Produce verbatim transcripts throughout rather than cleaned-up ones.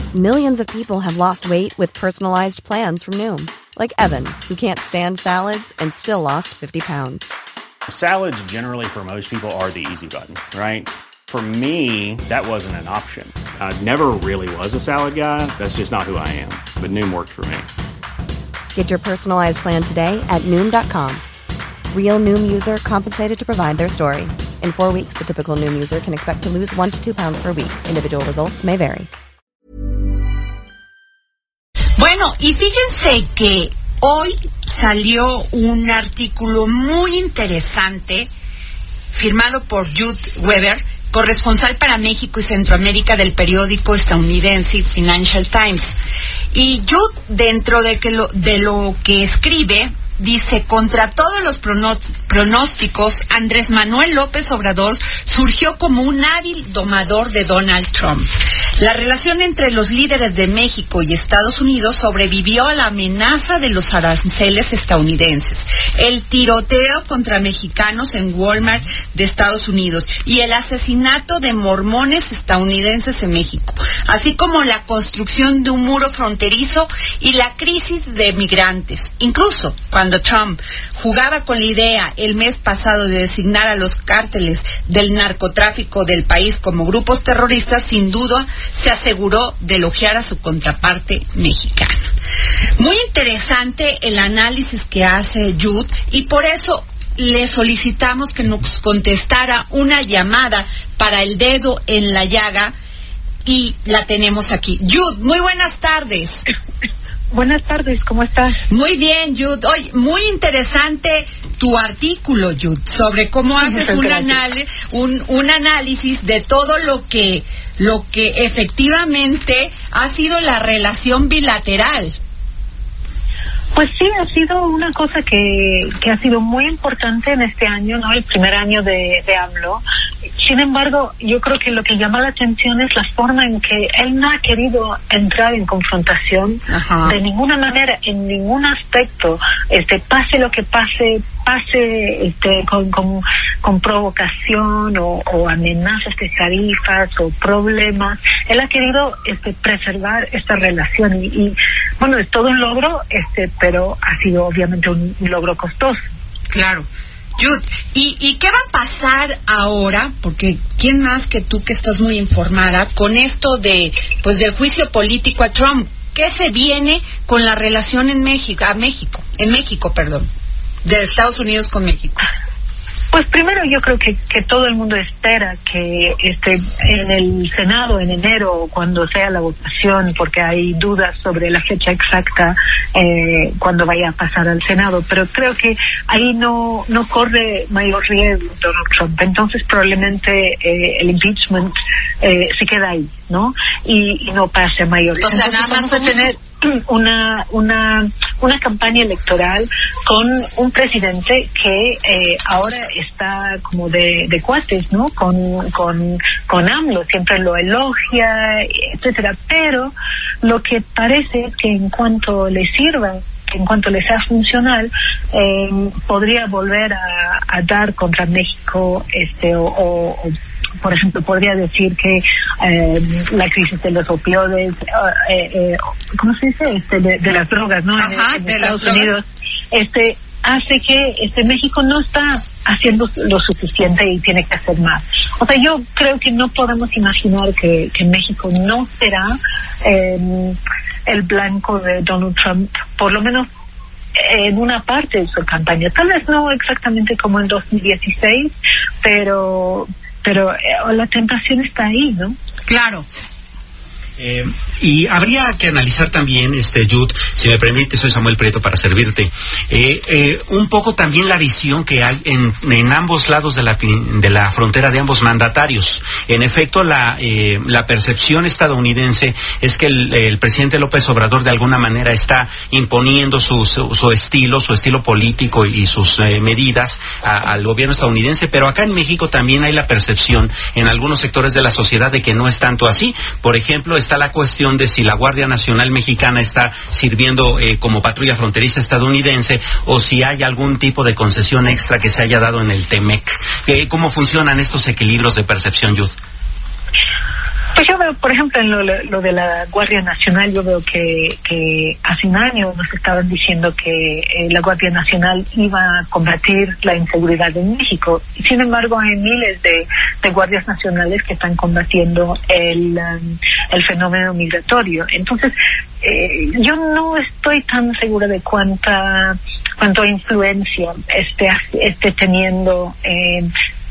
Millions of people have lost weight with personalized plans from Noom. Like Evan, who can't stand salads and still lost fifty pounds. Salads generally for most people are the easy button, right? For me, that wasn't an option. I never really was a salad guy. That's just not who I am. But Noom worked for me. Get your personalized plan today at Noom dot com. Real Noom user compensated to provide their story. In four weeks, the typical Noom user can expect to lose one to two pounds per week. Individual results may vary. Bueno, y fíjense que hoy salió un artículo muy interesante firmado por Jude Weber, corresponsal para México y Centroamérica del periódico estadounidense Financial Times. Y Jude, dentro de, que lo, de lo que escribe, dice: contra todos los pronósticos, Andrés Manuel López Obrador surgió como un hábil domador de Donald Trump. La relación entre los líderes de México y Estados Unidos sobrevivió a la amenaza de los aranceles estadounidenses, el tiroteo contra mexicanos en Walmart de Estados Unidos y el asesinato de mormones estadounidenses en México, así como la construcción de un muro fronterizo y la crisis de migrantes. Incluso cuando Trump jugaba con la idea el mes pasado de designar a los cárteles del narcotráfico del país como grupos terroristas, sin duda se aseguró de elogiar a su contraparte mexicana. Muy interesante el análisis que hace Jude, y por eso le solicitamos que nos contestara una llamada para el dedo en la llaga, y la tenemos aquí. Jude, muy buenas tardes. Buenas tardes, ¿cómo estás? Muy bien, Jude. Oye, muy interesante tu artículo, Jude, sobre cómo haces un, anal- un, un análisis de todo lo que, lo que efectivamente ha sido la relación bilateral. Pues sí, ha sido una cosa que, que ha sido muy importante en este año, ¿no? El primer año de, de AMLO. Sin embargo, yo creo que lo que llama la atención es la forma en que él no ha querido entrar en confrontación. Ajá. De ninguna manera, en ningún aspecto. Este, pase lo que pase, pase este, con, con, con provocación o, o amenazas de tarifas o problemas. Él ha querido este, preservar esta relación y, y, bueno, es todo un logro, este, pero ha sido obviamente un, un logro costoso. Claro. Jude, ¿y, ¿y qué va a pasar ahora? Porque quién más que tú, que estás muy informada con esto de, pues, del juicio político a Trump. ¿Qué se viene con la relación en México, a México, en México, perdón, de Estados Unidos con México? Pues primero yo creo que, que todo el mundo espera que este en el Senado en enero, cuando sea la votación, porque hay dudas sobre la fecha exacta eh, cuando vaya a pasar al Senado, pero creo que ahí no no corre mayor riesgo Donald Trump. Entonces probablemente eh, el impeachment eh, se queda ahí, ¿no? Y, y no pase a mayor riesgo. O sea, nada más vamos a tener una una una campaña electoral con un presidente que eh, ahora está como de, de cuates, ¿no? Con con con AMLO, siempre lo elogia, etcétera, pero lo que parece es que en cuanto le sirva, en cuanto le sea funcional, eh, podría volver a, a dar contra México, este o, o, o por ejemplo, podría decir que eh, la crisis de los opioides, eh, eh, ¿cómo se dice? Este, de, de las drogas, ¿no? Ajá, en, en de Estados las Unidos, este, hace que este México no está haciendo lo suficiente y tiene que hacer más. O sea, yo creo que no podemos imaginar que, que México no será eh, el blanco de Donald Trump, por lo menos en una parte de su campaña. Tal vez no exactamente como en dos mil dieciséis, pero pero eh, la tentación está ahí, ¿no? Claro. Eh, y habría que analizar también, este Jude, si me permite, soy Samuel Prieto para servirte, eh, eh, un poco también la visión que hay en, en ambos lados de la, de la frontera de ambos mandatarios. En efecto, la, eh, la percepción estadounidense es que el, el presidente López Obrador de alguna manera está imponiendo su, su, su estilo, su estilo político y sus eh, medidas a, al gobierno estadounidense, pero acá en México también hay la percepción en algunos sectores de la sociedad de que no es tanto así. Por ejemplo, está la cuestión de si la Guardia Nacional Mexicana está sirviendo eh, como patrulla fronteriza estadounidense o si hay algún tipo de concesión extra que se haya dado en el T M E C. Eh, ¿Cómo funcionan estos equilibrios de percepción, Jude? Pues yo veo, por ejemplo, en lo, lo de la Guardia Nacional, yo veo que, que hace un año nos estaban diciendo que eh, la Guardia Nacional iba a combatir la inseguridad en México. Sin embargo, hay miles de, de guardias nacionales que están combatiendo el, um, el fenómeno migratorio. Entonces, eh, yo no estoy tan segura de cuánta, cuánta influencia esté, esté teniendo eh,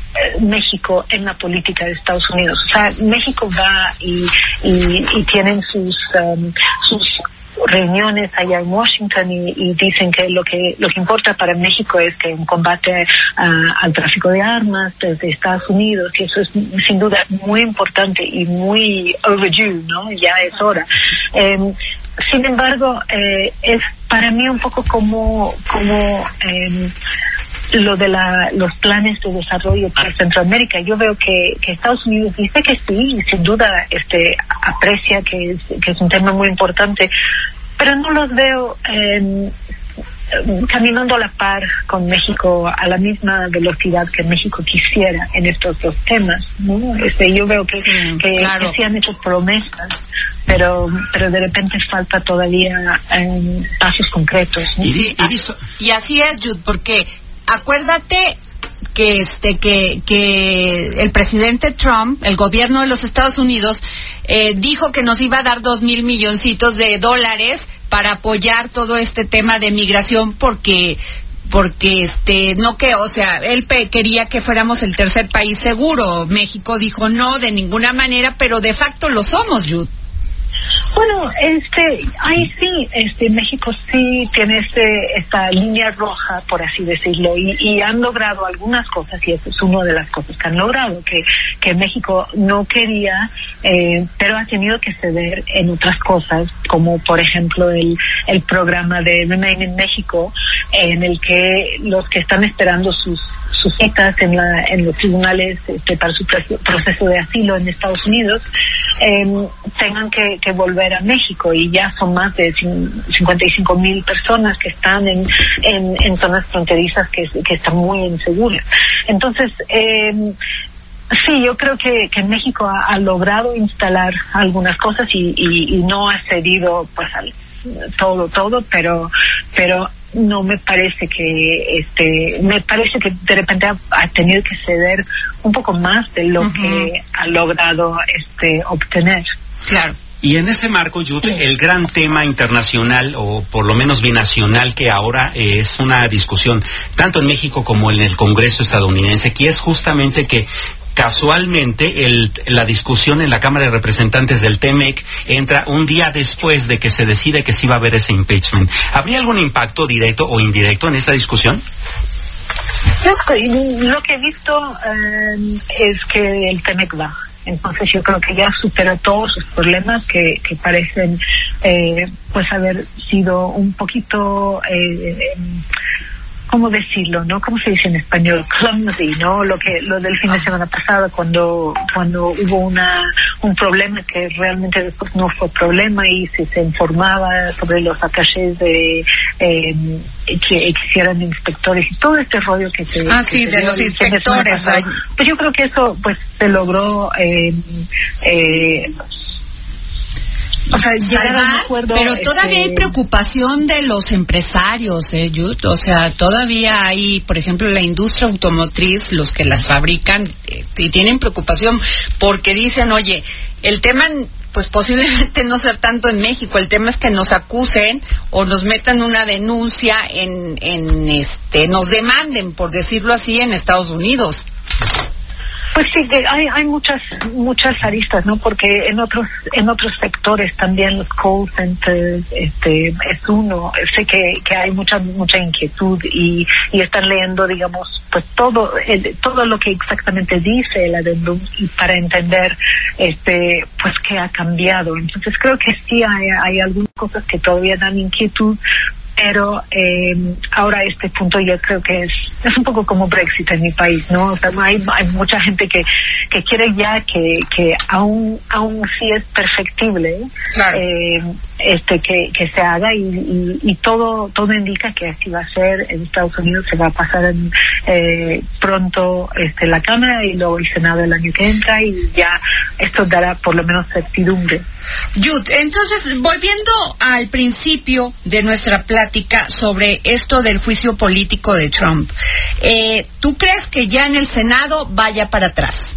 México en la política de Estados Unidos. O sea, México va y, y, y tienen sus um, sus reuniones allá en Washington y, y dicen que lo que lo que importa para México es que en combate uh, al tráfico de armas desde Estados Unidos, y eso es sin duda muy importante y muy overdue, ¿no? Ya es hora. Um, sin embargo, eh, es para mí un poco como como um, lo de la, los planes de desarrollo para Centroamérica. Yo veo que, que Estados Unidos dice que sí, y sin duda este aprecia que es, que es un tema muy importante, pero no los veo eh, caminando a la par con México a la misma velocidad que México quisiera en estos dos temas, ¿no? Este, yo veo que, sí, que, claro. que sí han hecho promesas, pero pero de repente falta todavía eh, pasos concretos, ¿no? Y, y, y así es, Jude, porque acuérdate que este que que el presidente Trump, el gobierno de los Estados Unidos, eh, dijo que nos iba a dar dos mil milloncitos de dólares para apoyar todo este tema de migración, porque porque este no que o sea él pe- quería que fuéramos el tercer país seguro. México dijo no, de ninguna manera, pero de facto lo somos, Jude. Bueno, este, ahí sí, este, México sí tiene este, esta línea roja, por así decirlo, y, y han logrado algunas cosas, y eso es una de las cosas que han logrado, que, que México no quería, eh, pero ha tenido que ceder en otras cosas, como por ejemplo el, el programa de Remain in México, en el que los que están esperando sus sus citas en la en los tribunales este, para su proceso de asilo en Estados Unidos eh, tengan que, que volver a México, y ya son más de cincuenta y cinco mil personas que están en, en, en zonas fronterizas que, que están muy inseguras. Entonces, eh, sí, yo creo que, que México ha, ha logrado instalar algunas cosas y, y, y no ha cedido pues al todo, todo, pero pero no me parece que este me parece que de repente ha, ha tenido que ceder un poco más de lo uh-huh. que ha logrado este obtener. Claro. Y en ese marco, Jude, sí. el gran tema internacional, o por lo menos binacional, que ahora eh, es una discusión tanto en México como en el Congreso estadounidense, que es justamente que casualmente el, la discusión en la Cámara de Representantes del T M E C entra un día después de que se decide que sí va a haber ese impeachment. ¿Habría algún impacto directo o indirecto en esa discusión? Lo que he visto eh, es que el T M E C va. Entonces yo creo que ya superó todos sus problemas que, que parecen eh, pues haber sido un poquito eh, ¿cómo decirlo, no? ¿Cómo se dice en español? Clumsy, ¿no? Lo que, lo del fin de semana pasado, cuando, cuando hubo una, un problema que realmente después no fue problema, y si se informaba sobre los attachés de, eh, que hicieran inspectores y todo este rollo que se, ah, que sí, se de los inspectores. Pues yo creo que eso, pues, se logró, eh, eh, o sea, salvar, acuerdo, pero todavía este... hay preocupación de los empresarios, eh, Jude. O sea, todavía hay, por ejemplo, la industria automotriz, los que las fabrican, eh, y tienen preocupación porque dicen, oye, el tema, pues posiblemente no sea tanto en México, el tema es que nos acusen o nos metan una denuncia en, en este, nos demanden, por decirlo así, en Estados Unidos. Pues sí, hay hay muchas muchas aristas, ¿no? Porque en otros en otros sectores también los call centers este es uno. Sé que que hay mucha mucha inquietud y y están leyendo, digamos, pues todo el, todo lo que exactamente dice el adendum, y para entender este pues qué ha cambiado. Entonces creo que sí hay hay algunas cosas que todavía dan inquietud. Pero eh, ahora este punto yo creo que es es un poco como Brexit en mi país, ¿no? O sea, hay, hay mucha gente que que quiere ya que que aún aún sí es perfectible, claro. eh, este que, que se haga y, y, y todo todo indica que así va a ser. En Estados Unidos se va a pasar en, eh, pronto este la Cámara y luego el Senado el año que entra, y ya esto dará por lo menos certidumbre. Yud, entonces, volviendo al principio de nuestra plática sobre esto del juicio político de Trump, eh, ¿tú crees que ya en el Senado vaya para atrás?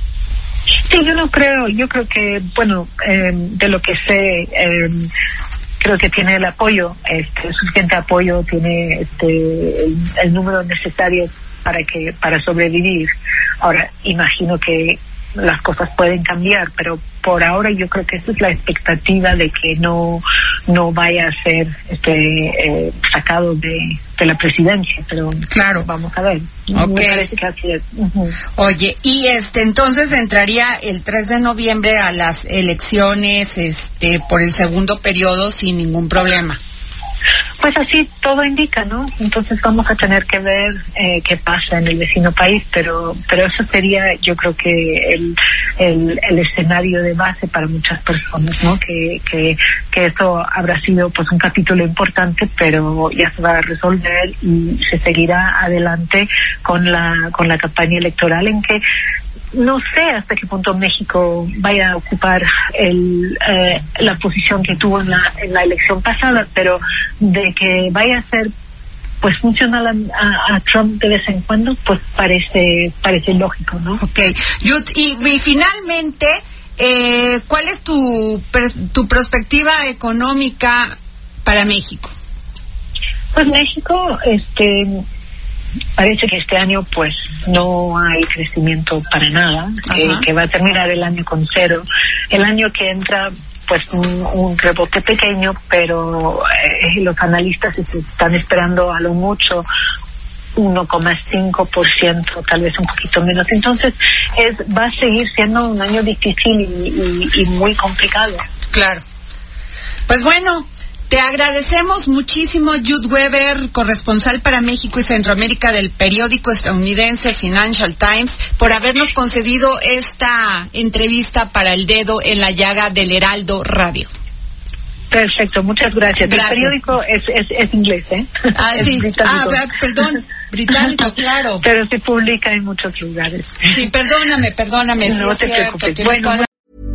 Sí, yo no creo, yo creo que, bueno, eh, de lo que sé, eh, creo que tiene el apoyo, este, suficiente apoyo, tiene este el, el número necesario para que para sobrevivir. Ahora, imagino que las cosas pueden cambiar, pero por ahora yo creo que esa es la expectativa, de que no no vaya a ser este eh, sacado de, de la presidencia, pero claro, vamos a ver. Okay. Me parece que así es. Uh-huh. Oye, y este entonces entraría el tres de noviembre a las elecciones este por el segundo periodo sin ningún problema. Pues así todo indica, ¿no? Entonces vamos a tener que ver eh, qué pasa en el vecino país, pero pero eso sería, yo creo que el el, el escenario de base para muchas personas, ¿no? Que que que eso habrá sido pues un capítulo importante, pero ya se va a resolver y se seguirá adelante con la con la campaña electoral, en que no sé hasta qué punto México vaya a ocupar el, eh, la posición que tuvo en la en la elección pasada, pero de que vaya a ser pues funcional a, a, a Trump de vez en cuando, pues parece parece lógico, ¿no? Okay. Yud, y, y finalmente, eh, ¿cuál es tu tu perspectiva económica para México? Pues México, este parece que este año pues no hay crecimiento para nada, que, que va a terminar el año con cero. El año que entra pues un, un rebote pequeño, pero eh, los analistas están esperando a lo mucho uno coma cinco por ciento, tal vez un poquito menos. Entonces es va a seguir siendo un año difícil y, y, y muy complicado. Claro. Pues bueno, te agradecemos muchísimo, Yud Weber, corresponsal para México y Centroamérica del periódico estadounidense Financial Times, por habernos concedido esta entrevista para El Dedo en la Llaga del Heraldo Radio. Perfecto, muchas gracias. gracias. El periódico es, es, es inglés, ¿eh? Ah, es sí. británico. Ah, perdón, británico, claro. Pero se publica en muchos lugares. Sí, perdóname, perdóname. No sí, te cierto, preocupes. bueno, Bueno,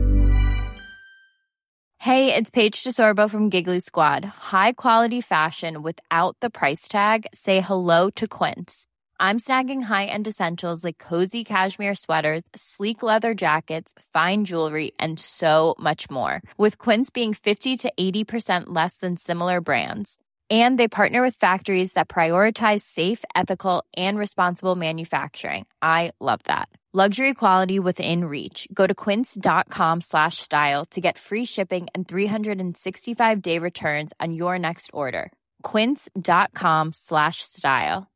Hey, it's Paige DeSorbo from Giggly Squad. High quality fashion without the price tag. Say hello to Quince. I'm snagging high-end essentials like cozy cashmere sweaters, sleek leather jackets, fine jewelry, and so much more. With Quince being fifty to eighty percent less than similar brands. And they partner with factories that prioritize safe, ethical, and responsible manufacturing. I love that. Luxury quality within reach. Go to quince.com slash style to get free shipping and three sixty-five day returns on your next order. Quince.com slash style.